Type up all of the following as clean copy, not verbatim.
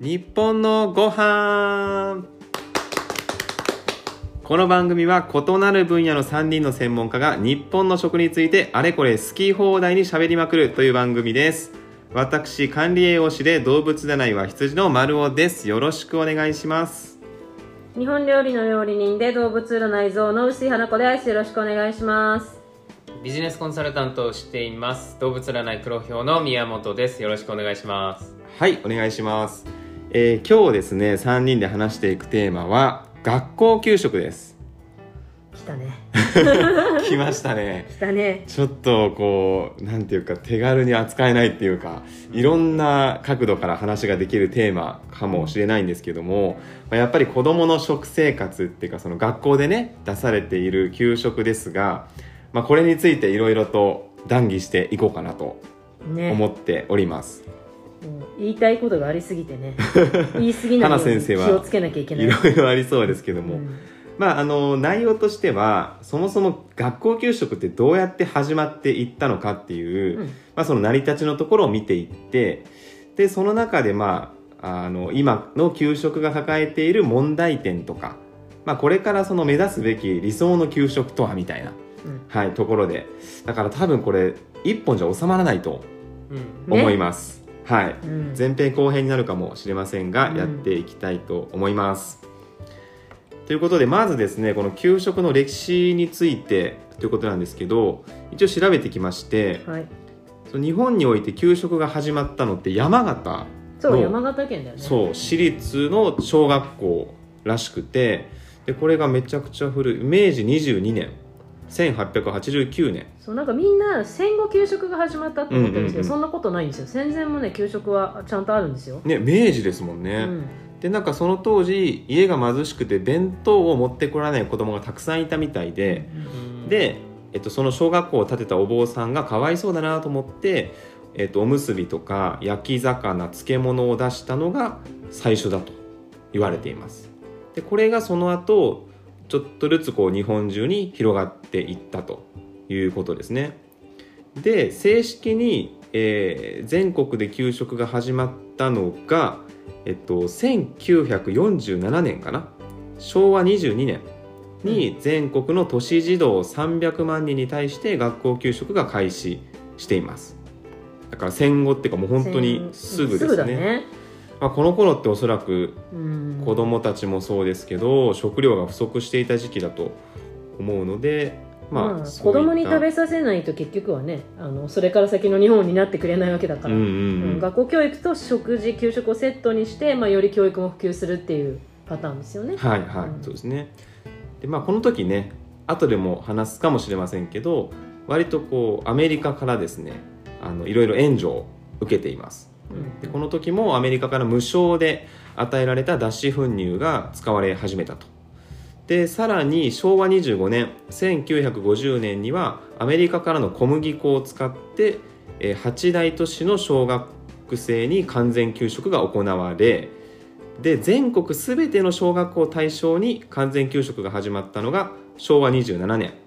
日本のご飯。この番組は異なる分野の3人の専門家が日本の食についてあれこれ好き放題に喋りまくるという番組です。私、管理栄養士で動物占いは羊の丸尾です。よろしくお願いします。 日本料理の料理人で動物占い像の薄井花子です。よろしくお願いします。 ビジネスコンサルタントをしています動物占い黒豹の宮本です。よろしくお願いします。 はい、お願いします。今日ですね、3人で話していくテーマは学校給食です。 来たね来ましたね。 来たね。 ちょっとこうなんていうか手軽に扱えないっていうか、いろんな角度から話ができるテーマかもしれないんですけども、やっぱり子どもの食生活っていうか、その学校でね出されている給食ですが、これについていろいろと談義していこうかなと思っております、 言いたいことがありすぎてね言い過ぎないように気をつけなきゃいけない。 いろいろありそうですけども、内容としてはそもそも学校給食ってどうやって始まっていったのかっていう、その成り立ちのところを見ていって、でその中で今の給食が抱えている問題点とか、これからその目指すべき理想の給食とはみたいな、ところで、だから多分これ一本じゃ収まらないと思います、前編後編になるかもしれませんが、やっていきたいと思います。ということで、まずですね、この給食の歴史についてということなんですけど、一応調べてきまして、その日本において給食が始まったのって山形の、 山形県だよね。 私立の小学校らしくて、でこれがめちゃくちゃ古い明治22年1889年。 なんかみんな戦後給食が始まったと思ってるんですけど、そんなことないんですよ。戦前もね給食はちゃんとあるんですよ、 ね、明治ですもんね、でなんかその当時家が貧しくて弁当を持ってこられない子供がたくさんいたみたいで、その小学校を建てたお坊さんがかわいそうだなと思って、おむすびとか焼き魚漬物を出したのが最初だと言われています。でこれがその後ちょっとずつこう日本中に広がっていったということですね。で正式に、全国で給食が始まったのが、1947年かな、昭和22年に全国の都市児童300万人に対して学校給食が開始しています。だから戦後っていうかもう本当にすぐですね。この頃っておそらく子どもたちもそうですけど、食料が不足していた時期だと思うので、 子供に食べさせないと結局はね、それから先の日本になってくれないわけだから、学校教育と給食をセットにして、より教育も普及するっていうパターンですよね。 そうですね。でこの時ね、後でも話すかもしれませんけど、割とこうアメリカからですね、いろいろ援助を受けています。でこの時もアメリカから無償で与えられた脱脂粉乳が使われ始めたと。でさらに昭和25年1950年にはアメリカからの小麦粉を使って、8大都市の小学生に完全給食が行われ、で全国すべての小学校を対象に完全給食が始まったのが昭和27年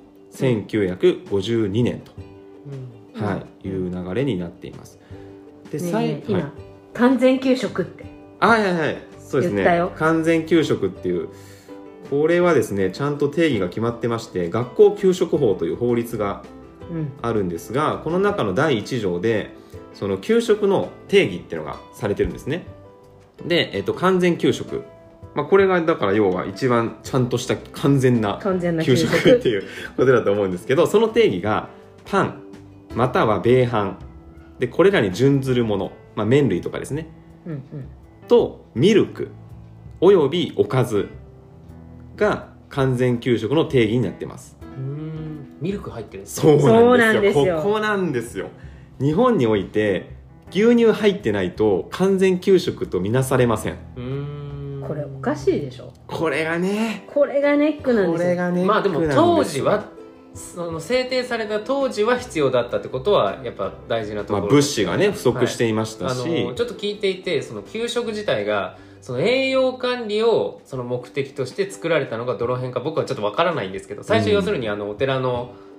1952年と、いう流れになっています。で今、完全給食ってそうですね、完全給食っていう、これはですねちゃんと定義が決まってまして、学校給食法という法律があるんですが、この中の第1条でその給食の定義っていうのがされてるんですね。で、完全給食、これがだから要は一番ちゃんとした完全な給食っていうことだと思うんですけど、その定義がパンまたは米飯で、これらに準ずるもの、麺類とかですね、とミルクおよびおかずが完全給食の定義になっています。 ミルク入ってるんですか？そうなんですよ。ここなんですよ。日本において牛乳入ってないと完全給食とみなされません。 これおかしいでしょ。 これがネックなんですよ。 でも当時はその制定された当時は必要だったってことはやっぱ大事なところ、 物資がね不足していましたし、 ちょっと聞いていて、その給食自体がその栄養管理をその目的として作られたのがどの辺か僕はちょっとわからないんですけど、最初要するにお寺の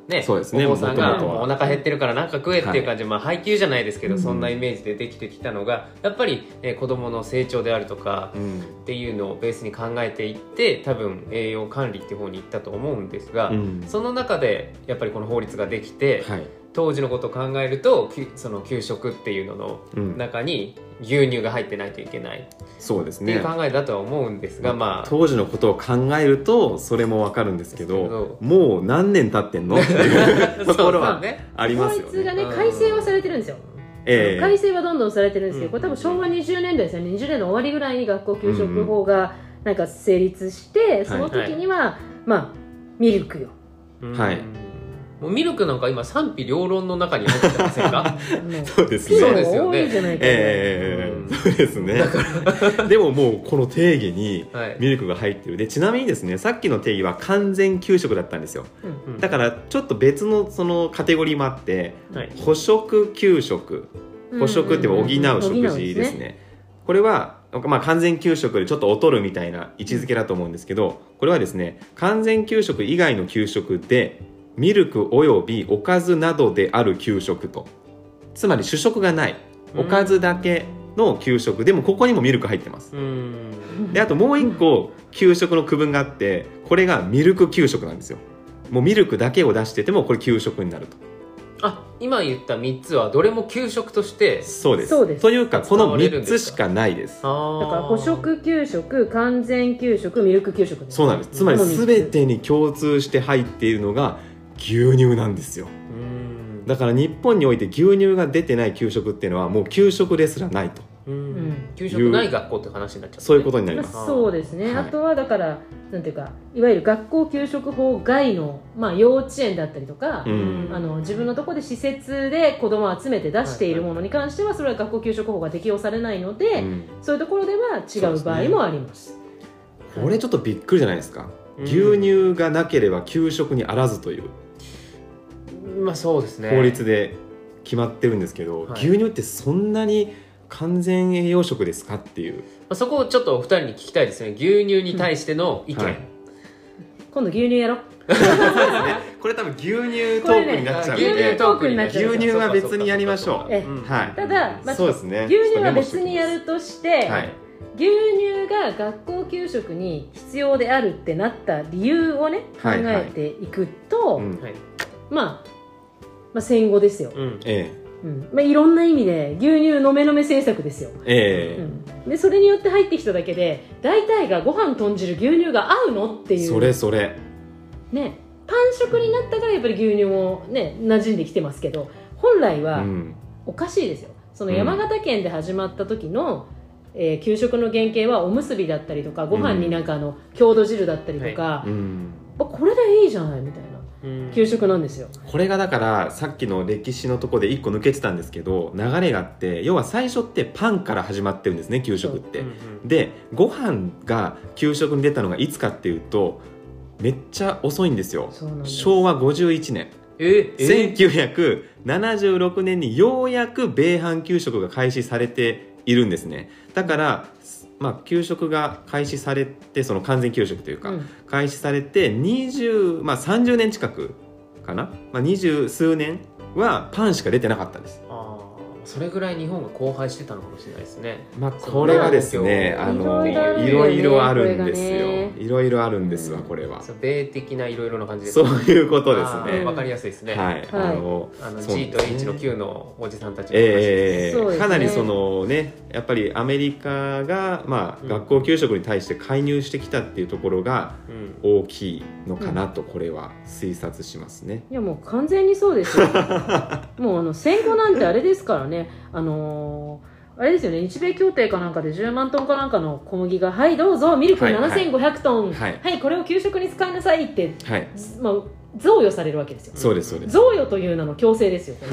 ね、 そうですね、 お父さんが元々はお腹減ってるからなんか食えっていう感じで、まあ配給じゃないですけど、 うんそんなイメージでできてきたのがやっぱり、子供の成長であるとか、 うんっていうのをベースに考えていって多分栄養管理っていう方に行ったと思うんですが、 うんその中でやっぱりこの法律ができて、 はい当時のことを考えるとその給食っていうののうん中に牛乳が入ってないといけないそうですねっていう考えだとは思うんですが、まあ当時のことを考えるとそれもわかるんですけですけどどもう何年経ってんのっていうところはそうねありますよ法律がね。 ね改正はされてるんですよ、改正はどんどんされてるんですけど、これ多分昭和20年代ですよね、20年の終わりぐらいに学校給食法がなんか成立して、その時には、まあミルクよ、 はいもうミルクなんか今賛否両論の中に入ってませんかそうですねそうですよね多いじゃないか、 そうですねでももうこの定義にはいミルクが入ってるで、ちなみにですねさっきの定義は完全給食だったんですよ。 うんだからちょっと別のそのカテゴリーもあってはい補食給食、補食って補う食事ですね。これは、まあ、完全給食でちょっと劣るみたいな位置づけだと思うんですけど、これはですね完全給食以外の給食でミルクおよびおかずなどである給食と、つまり主食がないおかずだけの給食でもここにもミルク入ってます。であともう一個給食の区分があって、これがミルク給食なんですよ。もうミルクだけを出しててもこれ給食になると。 あ、今言った3つはどれも給食としてそうです。 そうですというかこの3 使われるんですかつしかないです。 だから補食給食、完全給食、ミルク給食です。 そうなんです。つまり全てに共通して入っているのが牛乳なんですよ。だから日本において牛乳が出てない給食っていうのはもう給食ですらないと、 給食ない学校って話になっちゃった、ね、 そういうことになります。 そうですね、 はいあとはだからなんていうかいわゆる学校給食法外の、まあ、幼稚園だったりとか、自分のところで施設で子供を集めて出しているものに関してはそれは学校給食法が適用されないので、そういうところでは違う場合もあります。 これちょっとびっくりじゃないですか、牛乳がなければ給食にあらずというまあそうですね、 法律で決まってるんですけど、牛乳ってそんなに完全栄養食ですかっていう、 そこをちょっとお二人に聞きたいですね。牛乳に対しての意見、 今度牛乳やろうこれ多分牛乳トークになっちゃうんで、 牛乳トークになっちゃう牛乳は別にやりましょう。はい、 ただ、まあ、 そうですね、 牛乳は別にやるとして、 はい牛乳が学校給食に必要であるってなった理由をね考えていくと、まあ戦後ですよ、まあ、いろんな意味で牛乳のめのめ政策ですよ、でそれによって入ってきただけで大体がご飯豚汁牛乳が合うのっていうそれね、パン食になったからやっぱり牛乳もね馴染んできてますけど、本来はおかしいですよ。その山形県で始まった時の、給食の原型はおむすびだったりとかご飯になんか郷土汁だったりとか、これでいいじゃないみたいな給食なんですよ。 これがだからさっきの歴史のところで1個抜けてたんですけど、流れがあって、要は最初ってパンから始まってるんですね、給食って。でご飯が給食に出たのがいつかっていうとめっちゃ遅いんですよ。昭和51年1976年にようやく米飯給食が開始されているんですね。だから、まあ、給食が開始されて、その完全給食というか、開始されて30年近くかな、20数年はパンしか出てなかったんです。 それぐらい日本が荒廃してたのかもしれないですね。 これはですね、いろいろあるんですよ。いろいろあるんですわ、これは。 米的ないろいろな感じですそういうことですね。 わかりやすいですね。 はい。 G と H の Q のおじさんたちの話ですね。 かなりそのね、やっぱりアメリカが学校給食に対して介入してきたっていうところが大きいのかなと、これは推察しますね。 いやもう完全にそうですよ。もう戦後なんてあれですからね。あれですよね、日米協定かなんかで10万トンかなんかの小麦が、はいどうぞミルク7500トン、はいこれを給食に使いなさいって、贈与されるわけですよ。 そうですそうです。 贈与という名の強制ですよ、これ。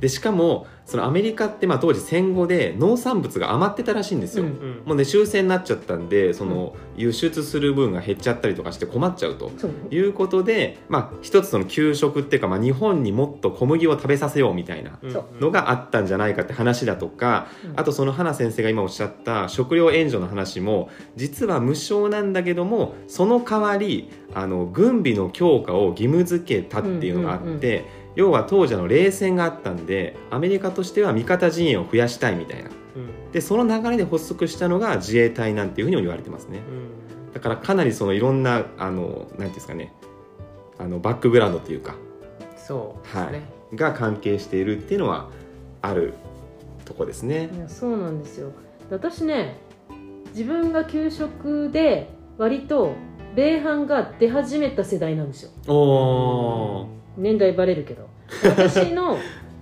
でしかもそのアメリカって当時戦後で農産物が余ってたらしいんですよ、もうね終戦になっちゃったんでその輸出する分が減っちゃったりとかして困っちゃうということで、一つその給食っていうか、日本にもっと小麦を食べさせようみたいなのがあったんじゃないかって話だとか、あとその花先生が今おっしゃった食料援助の話も実は無償なんだけどもその代わり軍備の強化を義務付けたっていうのがあって、要は当時冷戦があったんでアメリカとしては味方陣営を増やしたいみたいな、でその流れで発足したのが自衛隊なんていうふうにも言われてますね、だからかなりそのいろんななんていうんですかねバックグラウンドというかそうですね、 が関係しているっていうのはあるとこですね。 いやそうなんですよ。私ね自分が給食で割と米飯が出始めた世代なんですよ。 おー年代バレるけど私の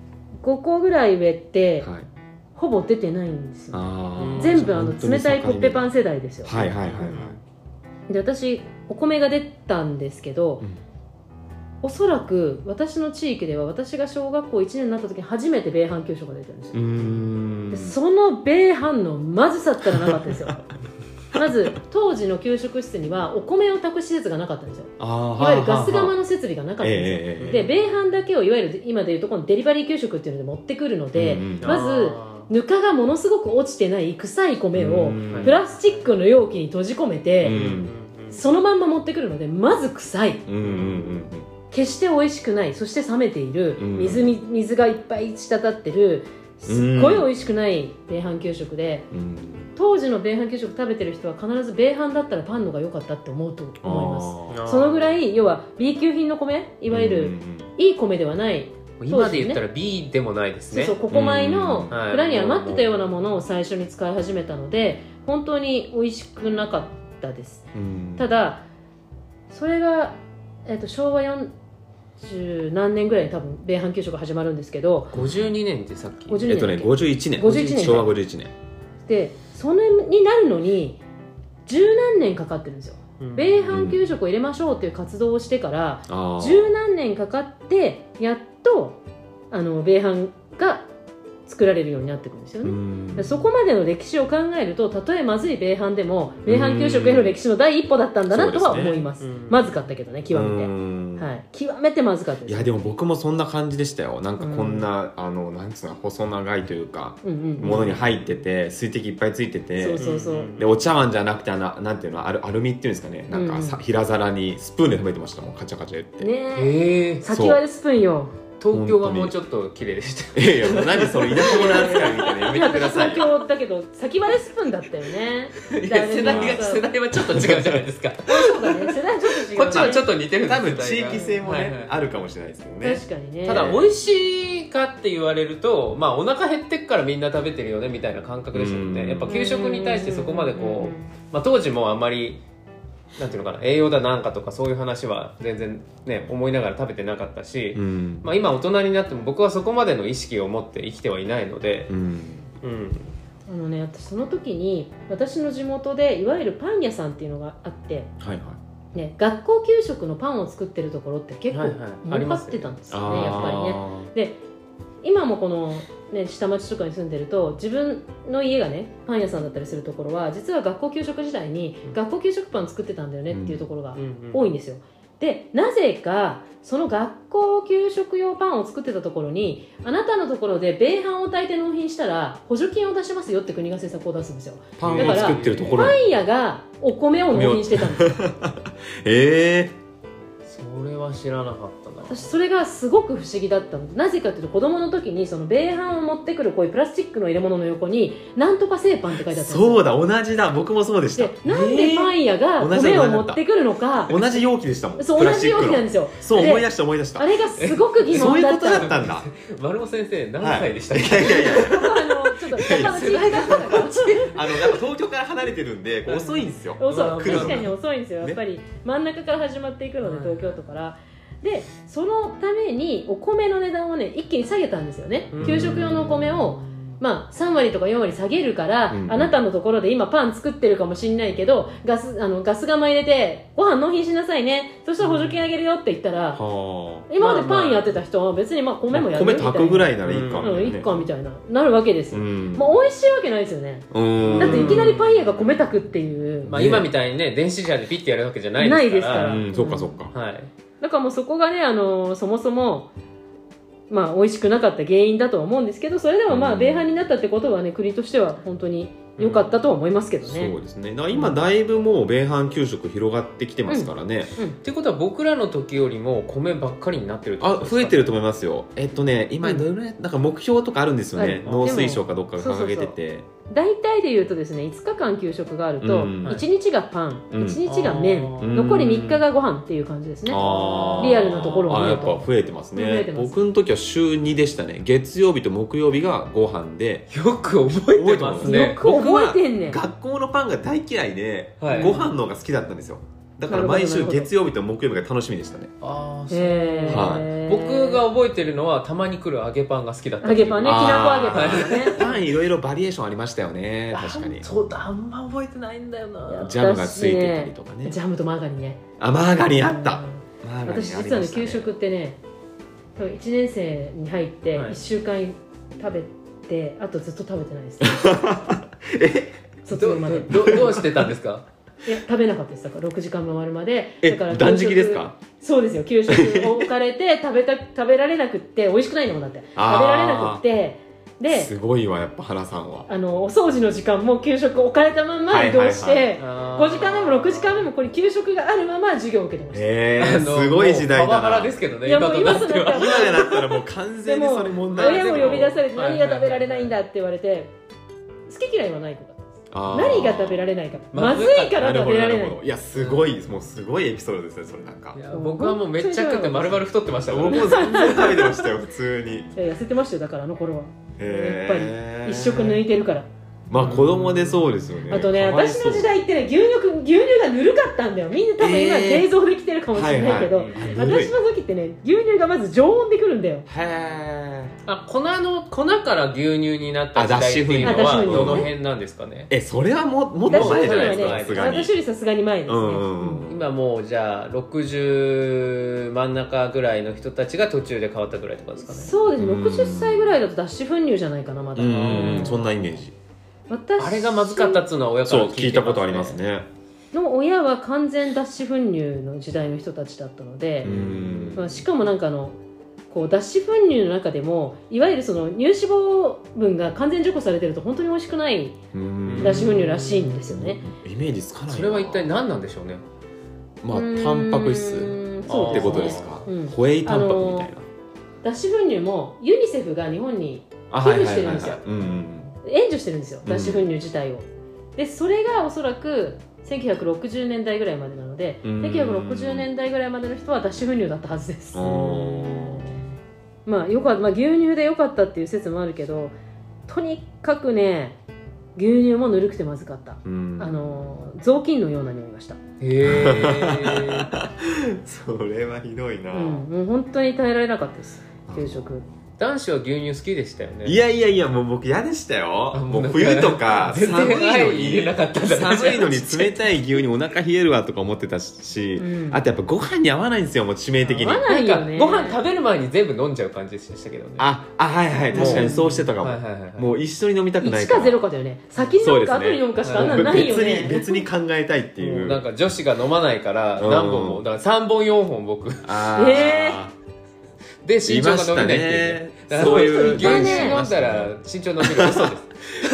5個ぐらい上って、ほぼ出てないんですよ。全部冷たいコッペパン世代ですよ。で私お米が出たんですけど、おそらく私の地域では私が小学校1年になった時に初めて米飯給食が出てるんですよ。でその米飯のまずさったらなかったですよまず当時の給食室にはお米を炊く施設がなかったんですよ。いわゆるガス釜の設備がなかったんですよ。で米飯だけをいわゆる今でいうとこのデリバリー給食っていうので持ってくるので、まずぬかがものすごく落ちてない臭い米をプラスチックの容器に閉じ込めてそのまんま持ってくるのでまず臭い、決して美味しくない、そして冷めている、水がいっぱい滴ってるすっごい美味しくない米飯給食で、当時の米飯給食食べてる人は必ず米飯だったらパンのが良かったって思うと思います。そのぐらい要は B 級品の米、いわゆるいい米ではない、 今で言ったら B でもないですね。 そうそう、ココ米の裏に余ってたようなものを最初に使い始めたので本当に美味しくなかったです。ただそれが、昭和40何年ぐらいに多分米飯給食始まるんですけど、 52年ってさっき 51年昭和51年でそれになるのに十何年かかってるんですよ。米飯給食を入れましょうっていう活動をしてから十何年かかってやっと米飯が作られるようになってくるんですよね。そこまでの歴史を考えるとたとえまずい米飯でも米飯給食への歴史の第一歩だったんだなとは思います。まずかったけどね、極めてまずかったです。 いやでも僕もそんな感じでしたよ。なんかこんななんつうの細長いというかものに入ってて水滴いっぱいついてて、でお茶碗じゃなくてなんていうのアルミっていうんですかね、なんか平皿にスプーンで食べてましたもん、カチャカチャ言ってね。先割れスプーンよ。 東京はもうちょっと綺麗でした。 いやいや、何その田舎者扱いみたいなやめてください。 東京だけど先割れスプーンだったよね。 世代はちょっと違うじゃないですか。 そうだね、世代ちょっと違う。 こっちはちょっと似てるんです。 多分地域性もねあるかもしれないですけどね。 確かにね。 ただ美味しいかって言われると、お腹減ってっからみんな食べてるよねみたいな感覚ですよね。やっぱ給食に対してそこまでこう、当時もあんまりなんていうのかな、栄養だなんかとかそういう話は全然ね思いながら食べてなかったし、今大人になっても僕はそこまでの意識を持って生きてはいないので、 私その時に私の地元でいわゆるパン屋さんっていうのがあって、学校給食のパンを作ってるところって結構儲かってたんですよね、やっぱりね。で今もこの下町とかに住んでると自分の家がねパン屋さんだったりするところは実は学校給食時代に学校給食パン作ってたんだよねっていうところが多いんですよ。でなぜかその学校給食用パンを作ってたところにあなたのところで米飯を炊いて納品したら補助金を出しますよって国が政策を出すんですよ。 パンを作ってるところ、 パン屋がお米を納品してたんですよそれは知らなかったな。 私それがすごく不思議だったの。なぜかというと子供の時にその米飯を持ってくるこういうプラスチックの入れ物の横になんとか製パンって書いてあったんですよ。 そうだ、同じだ、僕もそうでした。 でなんでパン屋が米を持ってくるのか、 同じ容器でしたもん。 そう、同じ容器なんですよ。 そう思い出したあれがすごく疑問だった。 そういうことだったんだ。 丸尾先生何歳でしたっけ？ ちょっと世代だったからやっぱ東京から離れてるんで遅いんですよ。 確かに遅いんですよ。やっぱり真ん中から始まっていくので東京都から。でそのためにお米の値段をね一気に下げたんですよね。給食用のお米をまあ、3割とか4割下げるから、 うん、 あなたのところで今パン作ってるかもしれないけどガス釜入れてご飯納品しなさいね、そしたら補助金あげるよって言ったら、今までパンやってた人は別にまあ米もやるみたいな、 米炊くぐらいならいいか、 いいかみたいななるわけですよ、まあ、美味しいわけないですよね。だっていきなりパン屋が米炊くっていう、 まあ、今みたいにね電子ジャーでピッてやるわけじゃないですから、 そっかそっか、 はい、 だからもうそこがねそもそもまあ美味しくなかった原因だとは思うんですけど、それでもまあ米飯になったってことはね、国としては本当に良かったとは思いますけどね。 そうですね。だから今だいぶもう米飯給食広がってきてますからね。 ってことは僕らの時よりも米ばっかりになってるってことですか？ 増えてると思いますよ。今どれぐらいなんか目標とかあるんですよね。農水省かどっかが掲げてて。 大体で言うとですね、5日間給食があると、1日がパン、1日が麺、残り3日がご飯っていう感じですね。リアルなところを見ると。 やっぱ増えてますね。僕の時は週2でしたね。月曜日と木曜日がご飯で。 よく覚えてますね。 よく覚えてんねん。 学校のパンが大嫌いで、ご飯の方が好きだったんですよ。だから毎週月曜日と木曜日が楽しみでしたね。 僕が覚えてるのはたまに来る揚げパンが好きだった。 揚げパンね、きなこ揚げパンね。 パンいろいろバリエーションありましたよね。確かに。 そうだ、あんま覚えてないんだよな。 ジャムがついてたりとかね。 ジャムとマーガリンね。 マーガリンあった。 私実はね、給食ってね、1年生に入って1週間食べて、あとずっと食べてないです。卒業まで。 どうしてたんですか？ いや、食べなかったです。だから6時間回るまで。 だから断食ですか？ そうですよ。給食を置かれて食べられなくって、美味しくないのもだって食べられなくって、ですごいわ、やっぱ原さんはお掃除の時間も給食置かれたまま移動して、5時間目も6時間目もこれ給食があるまま授業を受けてました。 すごい時代だな。 パワハラですけどね。 いや、もう今となっては今でなったらもう完全にそれ問題。 親も呼び出されて、何が食べられないんだって言われて、好き嫌いはない子だ。何が食べられないか、まずいから食べられない。 いや、すごい、もうすごいエピソードですね、それなんか。 僕はもうめっちゃ食って丸々太ってましたから。 僕も全然食べてましたよ、普通に。 痩せてましたよ、だからあの頃は。やっぱり一食抜いてるから。 まあ子供でそうですよね。 あとね、私の時代ってね、牛乳がぬるかったんだよ。みんな多分今冷蔵できてるかもしれないけど、私の時ってね、牛乳がまず常温でくるんだよ。 粉から牛乳になった時代っていうのはどの辺なんですかね？ それはもっと前じゃないですか、さすがに。 私よりさすがに前ですね。 今もうじゃあ60真ん中ぐらいの人たちが途中で変わったぐらいとかですかね。 そうですね、60歳ぐらいだと脱脂粉乳じゃないかな、まだ。 そんなイメージ。 あれがまずかったっつうのは親から聞いたことありますね。 の親は完全脱脂粉乳の時代の人たちだったので、しかもなんかこう脱脂粉乳の中でもいわゆるその乳脂肪分が完全除去されてると本当に美味しくない脱脂粉乳らしいんですよね。 イメージつかない。 それは一体何なんでしょうね。 まあタンパク質ってことですか。ホエイタンパクみたいな。 脱脂粉乳もユニセフが日本に寄付してるんですよ。援助してるんですよ、脱脂粉乳自体を。でそれがおそらく1960年代ぐらいまでなので、1960年代ぐらいまでの人は脱脂粉乳だったはずです。まあ牛乳で良かったっていう説もあるけど、とにかくね、牛乳もぬるくてまずかった。雑巾のような匂いがした。 それはひどいな。 もう本当に耐えられなかったです、給食。 男子は牛乳好きでしたよね。 いやもう僕嫌でしたよ。もう冬とか寒いのに冷たい牛乳お腹冷えるわとか思ってたし、あとやっぱご飯に合わないんですよ、もう致命的に。 合わないよね。 ご飯食べる前に全部飲んじゃう感じでしたけどね。 はい確かにそうしてたかも。もう一緒に飲みたくないから。1か0かだよね。先に飲むか後に飲むかしかあんなのないよね。 別に考えたいっていう。 なんか女子が飲まないから何本も、だから3本4本僕。で身長が伸びないっていうね。 そういう牛乳飲んだら身長伸びる。嘘です。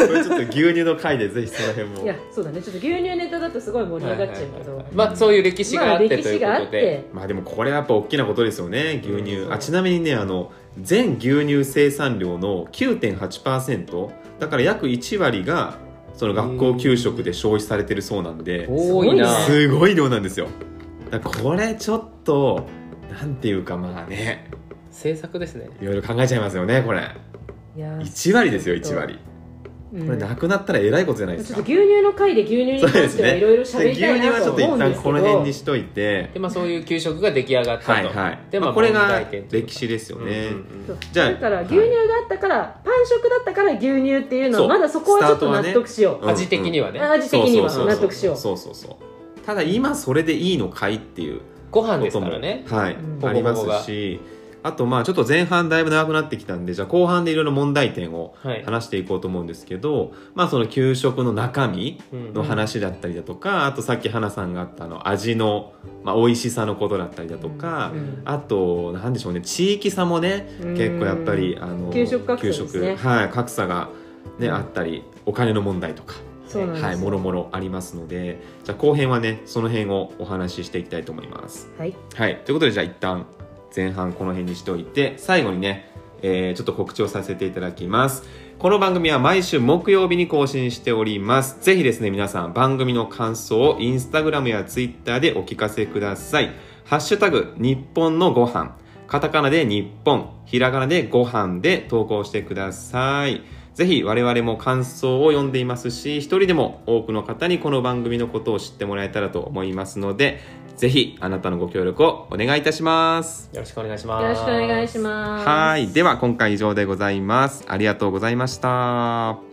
これちょっと牛乳の回でぜひその辺も。 いや、そうだね、ちょっと牛乳ネタだとすごい盛り上がっちゃうけど、 まあそういう歴史があってということで、 まあでもこれはやっぱ大きなことですよね、牛乳。ちなみにね、全牛乳生産量の 9.8%、 だから約1割がその学校給食で消費されてるそうなんで、 多いな。 すごい量なんですよ。だからこれちょっとなんていうか、まあね、 政策ですね。 いろいろ考えちゃいますよね、これ。1割ですよ、1割。 これなくなったらえらいことじゃないですか。 ちょっと牛乳の回で牛乳に関してはいろいろ喋りたいなと思うんですけど、 牛乳はちょっと一旦この辺にしといて、 で、そういう給食が出来上がったと、 はいはい、 で、 これが歴史ですよね。 じゃあだから牛乳があったから、パン食だったから牛乳っていうのはまだそこはちょっと納得しよう、 味的にはね、 味的には納得しよう。 そうそうそう。ただ今それでいいのかいっていうご飯ですからね、 はい、ありますし、あとちょっと前半だいぶ長くなってきたんで、じゃあ後半でいろいろ問題点を話していこうと思うんですけど、その給食の中身の話だったりだとか、あとさっき花さんがあった味の、美味しさのことだったりだとか、あとなんでしょうね、地域差もね、結構やっぱり給食格差ですね、 格差が、ね、あったり、お金の問題とか。 はい、 もろもろありますので、じゃあ後編はねその辺をお話ししていきたいと思います。 はい、 はい、ということでじゃあ一旦前半この辺にしておいて、最後にね、ちょっと告知をさせていただきます。この番組は毎週木曜日に更新しております。ぜひですね皆さん番組の感想をインスタグラムやツイッターでお聞かせください。ハッシュタグ日本のご飯、カタカナで日本、ひらがなでご飯で投稿してください。ぜひ我々も感想を読んでいますし、一人でも多くの方にこの番組のことを知ってもらえたらと思いますので、ぜひあなたのご協力をお願いいたします。 よろしくお願いします。 よろしくお願いします。 はい、では今回以上でございます。ありがとうございました。